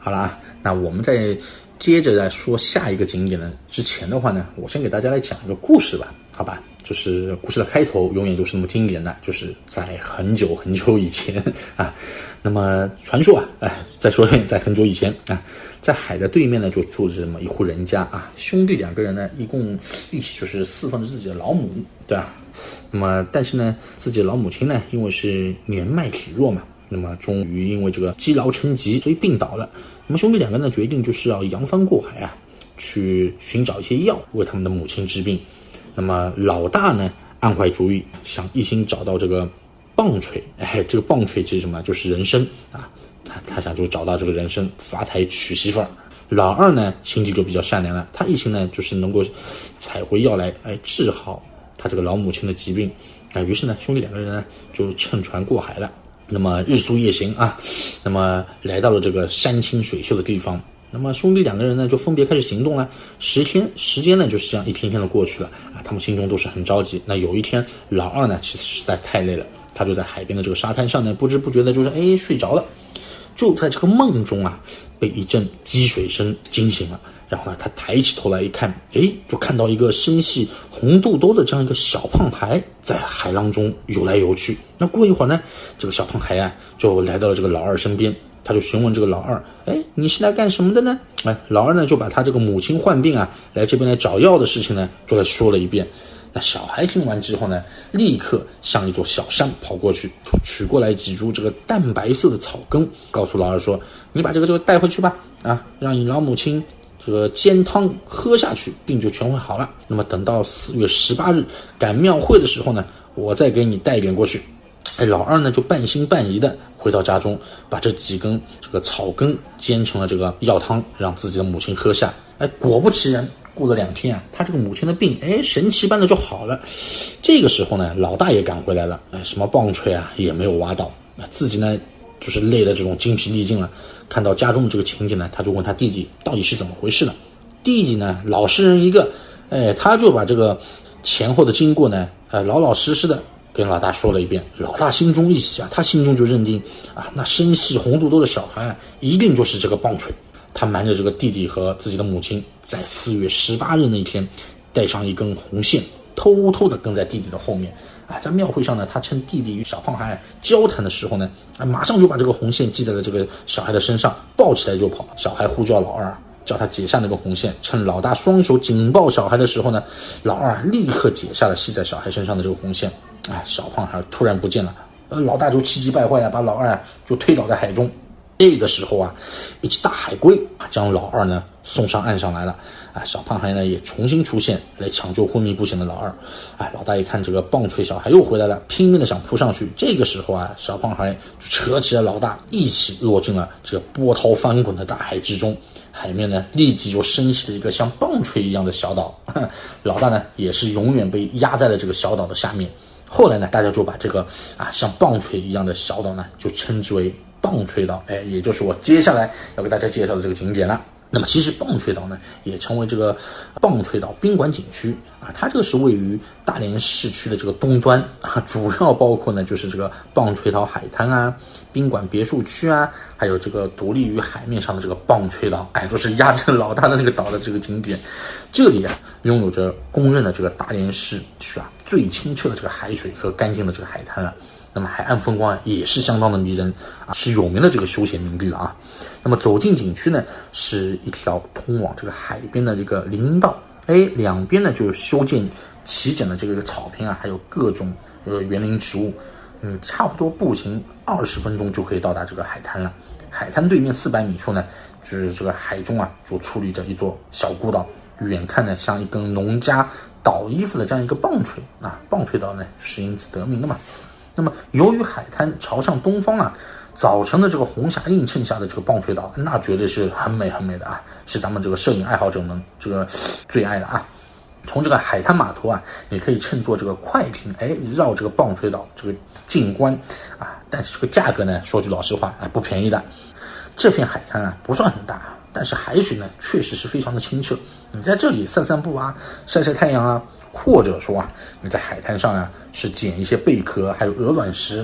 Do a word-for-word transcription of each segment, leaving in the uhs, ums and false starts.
好了啊，那我们在接着来说下一个景点呢之前的话呢，我先给大家来讲一个故事吧，好吧？就是故事的开头永远就是那么经典的，就是在很久很久以前啊。那么传说啊，哎，再说在很久以前啊，在海的对面呢就住着这么一户人家啊，兄弟两个人呢，一共一起就是侍奉着自己的老母，对吧？那么但是呢，自己的老母亲呢，因为是年迈体弱嘛。那么终于因为这个积劳成疾，所以病倒了。那么兄弟两个呢，决定就是要扬帆过海啊，去寻找一些药为他们的母亲治病。那么老大呢，暗怀主意，想一心找到这个棒槌。哎，这个棒槌其实什么？就是人参啊。他他想就找到这个人参，发财娶媳妇儿。老二呢，心地就比较善良了，他一心呢就是能够采回药来，哎，治好他这个老母亲的疾病。啊，于是呢，兄弟两个人呢就乘船过海了。那么日苏夜行啊，那么来到了这个山清水秀的地方。那么兄弟两个人呢就分别开始行动了。十天时间呢就是这样一天天的过去了啊，他们心中都是很着急。那有一天，老二呢其实实在太累了，他就在海边的这个沙滩上呢，不知不觉的就是哎睡着了。就在这个梦中啊，被一阵击水声惊醒了。然后呢，他抬起头来一看，诶，就看到一个身系红肚兜的这样一个小胖孩在海浪中游来游去。那过一会儿呢，这个小胖孩啊就来到了这个老二身边，他就询问这个老二，诶，你是来干什么的呢？哎，老二呢就把他这个母亲患病啊，来这边来找药的事情呢，就来说了一遍。那小孩听完之后呢，立刻向一座小山跑过去，取过来几株这个淡白色的草根，告诉老二说，你把这个就带回去吧，啊，让你老母亲这个煎汤喝下去，病就全会好了。那么等到四月十八日赶庙会的时候呢，我再给你带一点过去。哎，老二呢就半信半疑的回到家中，把这几根这个草根煎成了这个药汤，让自己的母亲喝下。哎，果不其然，过了两天啊，他这个母亲的病，哎，神奇般的就好了。这个时候呢，老大也赶回来了，哎，什么棒槌啊也没有挖到，自己呢就是累的这种精疲力尽了。看到家中的这个情景呢，他就问他弟弟到底是怎么回事了。弟弟呢老实人一个，哎，他就把这个前后的经过呢，呃，老老实实的跟老大说了一遍。老大心中一喜啊，他心中就认定啊，那身系红肚兜的小孩啊，一定就是这个棒槌。他瞒着这个弟弟和自己的母亲，在四月十八日那天，带上一根红线，偷偷的跟在弟弟的后面。啊，在庙会上呢，他趁弟弟与小胖孩交谈的时候呢，啊，马上就把这个红线系在了这个小孩的身上，抱起来就跑。小孩呼叫老二，叫他解下那个红线。趁老大双手紧抱小孩的时候呢，老二立刻解下了系在小孩身上的这个红线。哎，小胖孩突然不见了，呃，老大就气急败坏了，把老二就推倒在海中。这个时候啊，一只大海龟将老二呢送上岸上来了。啊，小胖孩呢也重新出现来抢救昏迷不醒的老二。啊，老大一看这个棒槌小孩又回来了，拼命的想扑上去。这个时候啊，小胖孩就扯起了老大，一起落进了这个波涛翻滚的大海之中。海面呢立即就升起了一个像棒槌一样的小岛。老大呢也是永远被压在了这个小岛的下面。后来呢，大家就把这个啊像棒槌一样的小岛呢，就称之为棒槌岛。哎，也就是我接下来要给大家介绍的这个景点了。那么其实棒槌岛呢，也成为这个棒槌岛宾馆景区啊，它这个是位于大连市区的这个东端啊，主要包括呢就是这个棒槌岛海滩啊、宾馆别墅区啊，还有这个独立于海面上的这个棒槌岛，哎，就是压着老大的那个岛的这个景点。这里啊，拥有着公认的这个大连市区啊最清澈的这个海水和干净的这个海滩了。那么海岸风光啊也是相当的迷人啊，是有名的这个休闲名地了啊。那么走进景区呢，是一条通往这个海边的这个林荫道，哎，两边呢就是修建齐整的这个草坪啊，还有各种呃园林植物，嗯，差不多步行二十分钟就可以到达这个海滩了。海滩对面四百米处呢，就是这个海中啊，就矗立着一座小孤岛，远看呢像一根农家捣衣服的这样一个棒槌啊，棒槌岛呢是因此得名的嘛。那么由于海滩朝向东方啊，早晨的这个红霞映衬下的这个棒槌岛，那绝对是很美很美的啊，是咱们这个摄影爱好者们这个最爱的啊。从这个海滩码头啊，你可以乘坐这个快艇，哎，绕这个棒槌岛这个景观啊，但是这个价格呢，说句老实话啊，不便宜的。这片海滩啊不算很大，但是海水呢确实是非常的清澈，你在这里散散步啊，晒晒太阳啊，或者说啊，你在海滩上啊是捡一些贝壳还有鹅卵石啊，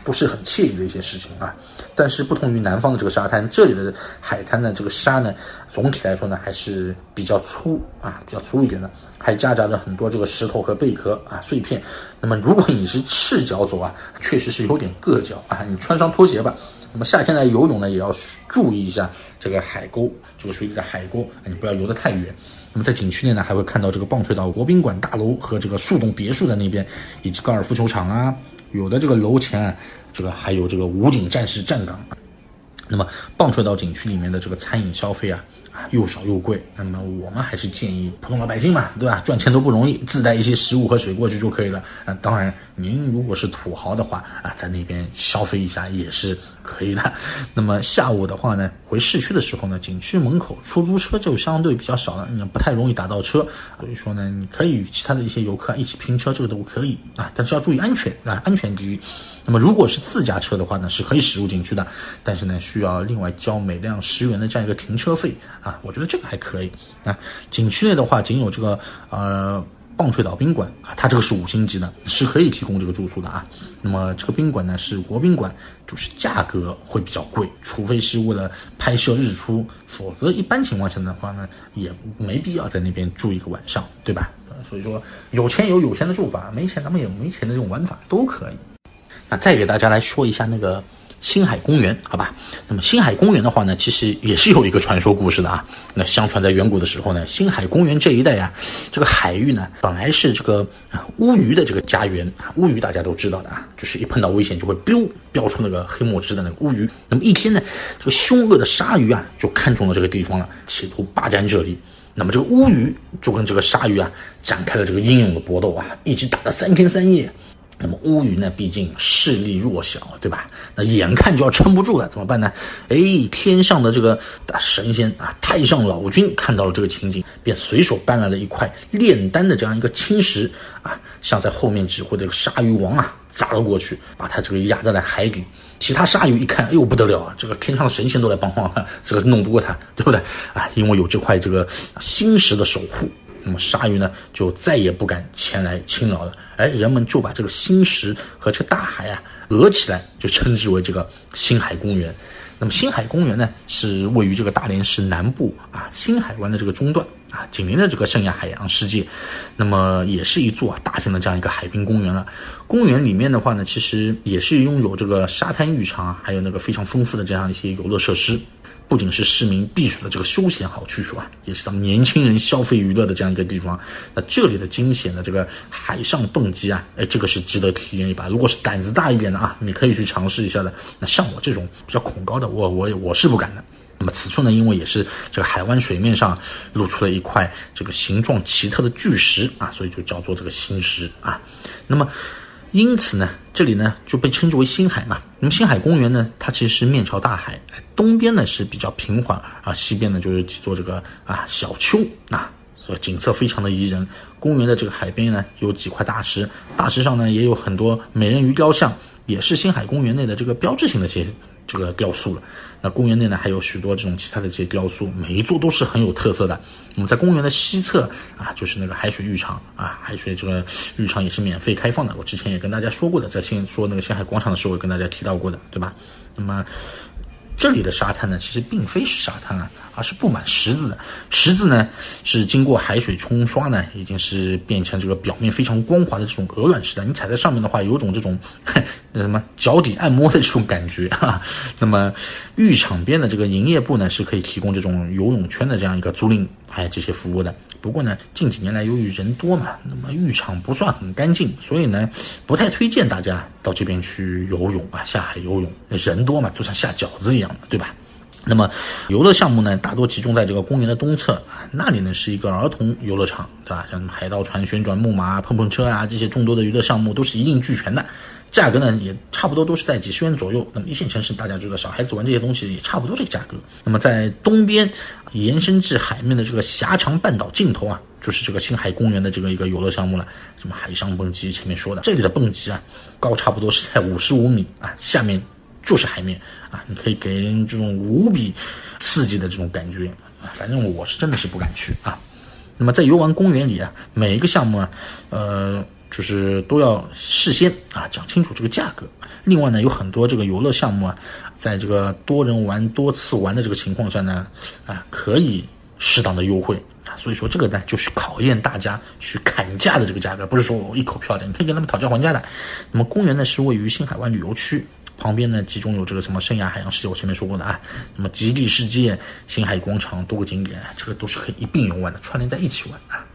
不是很惬意的一些事情啊。但是不同于南方的这个沙滩，这里的海滩呢，这个沙呢，总体来说呢还是比较粗啊，比较粗一点的，还夹杂着很多这个石头和贝壳啊碎片。那么如果你是赤脚走啊，确实是有点硌脚啊，你穿上拖鞋吧。那么夏天来游泳呢，也要注意一下这个海沟，这个水里的海沟，你不要游得太远。那么在景区内呢，还会看到这个棒槌岛国宾馆大楼和这个树洞别墅在那边，以及高尔夫球场啊，有的这个楼前啊，这个还有这个武警战士站岗。那么棒槌岛景区里面的这个餐饮消费啊，啊又少又贵，那么我们还是建议普通老百姓嘛，对吧？赚钱都不容易，自带一些食物和水过去就可以了。啊，当然您如果是土豪的话啊，在那边消费一下也是可以的。那么下午的话呢，回市区的时候呢，景区门口出租车就相对比较少了，你不太容易打到车，所以说呢，你可以与其他的一些游客一起拼车，这个都可以啊，但是要注意安全啊，安全第一。那么如果是自家车的话呢，是可以驶入景区的，但是呢，需要另外交每辆十元的这样一个停车费啊，我觉得这个还可以啊。景区内的话，仅有这个呃棒槌岛宾馆啊，它这个是五星级的，是可以提供这个住宿的啊。那么这个宾馆呢是国宾馆，就是价格会比较贵，除非是为了拍摄日出，否则一般情况下的话呢，也没必要在那边住一个晚上，对吧？所以说有钱有有钱的住法，没钱咱们也没钱的这种玩法都可以。那再给大家来说一下那个星海公园，好吧？那么星海公园的话呢，其实也是有一个传说故事的啊。那相传在远古的时候呢，星海公园这一带啊，这个海域呢，本来是这个啊乌鱼的这个家园啊。乌鱼大家都知道的啊，就是一碰到危险就会 biu 飙出那个黑墨汁的那个乌鱼。那么一天呢，这个凶恶的鲨鱼啊，就看中了这个地方了，企图霸占这里。那么这个乌鱼就跟这个鲨鱼啊展开了这个英勇的搏斗啊，一直打了三天三夜。那么乌鱼呢，毕竟势力弱小，对吧？那眼看就要撑不住了，怎么办呢？哎，天上的这个神仙啊，太上老君看到了这个情景，便随手搬来了一块炼丹的这样一个青石啊，向在后面指挥的这个鲨鱼王啊砸了过去，把他这个压在了海底。其他鲨鱼一看，哎呦不得了啊！这个天上的神仙都来帮忙了，这个弄不过他，对不对啊？因为有这块这个星石的守护。那么鲨鱼呢，就再也不敢前来侵扰了。哎，人们就把这个星石和这个大海啊合起来，就称之为这个星海公园。那么星海公园呢，是位于这个大连市南部啊星海湾的这个中段啊，紧邻着这个圣亚海洋世界。那么也是一座、啊、大型的这样一个海滨公园了。公园里面的话呢，其实也是拥有这个沙滩浴场啊，还有那个非常丰富的这样一些游乐设施。不仅是市民避暑的这个休闲好去处啊，也是咱们年轻人消费娱乐的这样一个地方。那这里的惊险的这个海上蹦极啊，哎，这个是值得体验一把。如果是胆子大一点的啊，你可以去尝试一下的。那像我这种比较恐高的，我我我是不敢的。那么此处呢，因为也是这个海湾水面上露出了一块这个形状奇特的巨石啊，所以就叫做这个星石啊。那么因此呢，这里呢就被称之为星海嘛。那么星海公园呢，它其实是面朝大海，东边呢是比较平缓啊，西边呢就是几座这个啊小丘啊，所以景色非常的宜人。公园的这个海边呢有几块大石，大石上呢也有很多美人鱼雕像，也是星海公园内的这个标志性的一些这个雕塑了。那公园内呢还有许多这种其他的这些雕塑，每一座都是很有特色的。那么在公园的西侧啊，就是那个海水浴场啊，海水这个浴场也是免费开放的。我之前也跟大家说过的，在先说那个星海广场的时候，也跟大家提到过的，对吧？那么这里的沙滩呢，其实并非是沙滩啊，而是布满石子的。石子呢，是经过海水冲刷呢，已经是变成这个表面非常光滑的这种鹅卵石的。你踩在上面的话，有种这种那什么脚底按摩的这种感觉啊。那么浴场边的这个营业部呢，是可以提供这种游泳圈的这样一个租赁还有这些服务的。不过呢，近几年来由于人多嘛，那么浴场不算很干净，所以呢，不太推荐大家到这边去游泳啊，下海游泳。人多嘛，就像下饺子一样的，对吧？那么游乐项目呢，大多集中在这个公园的东侧啊，那里呢是一个儿童游乐场，对吧？像海盗船、旋转木马、碰碰车啊，这些众多的娱乐项目都是一应俱全的。价格呢也差不多都是在几十元左右。那么一线城市大家知道，小孩子玩这些东西也差不多这个价格。那么在东边延伸至海面的这个狭长半岛尽头啊，就是这个星海公园的这个一个游乐项目了。什么海上蹦极，前面说的，这里的蹦极啊，高差不多是在五十五米啊，下面就是海面啊，你可以给人这种无比刺激的这种感觉啊。反正我是真的是不敢去啊。那么在游玩公园里啊，每一个项目啊，呃。 就是都要事先啊讲清楚这个价格。另外呢，有很多这个游乐项目啊，在这个多人玩多次玩的这个情况下呢，啊可以适当的优惠啊。所以说这个呢就是考验大家去砍价的这个价格，不是说我一口票的，你可以跟他们讨价还价的。那么公园呢是位于星海湾旅游区。旁边呢，集中有这个什么生涯海洋世界，我前面说过的啊，那么极地世界、星海广场多个景点，这个都是可以一并游玩的，串联在一起玩啊。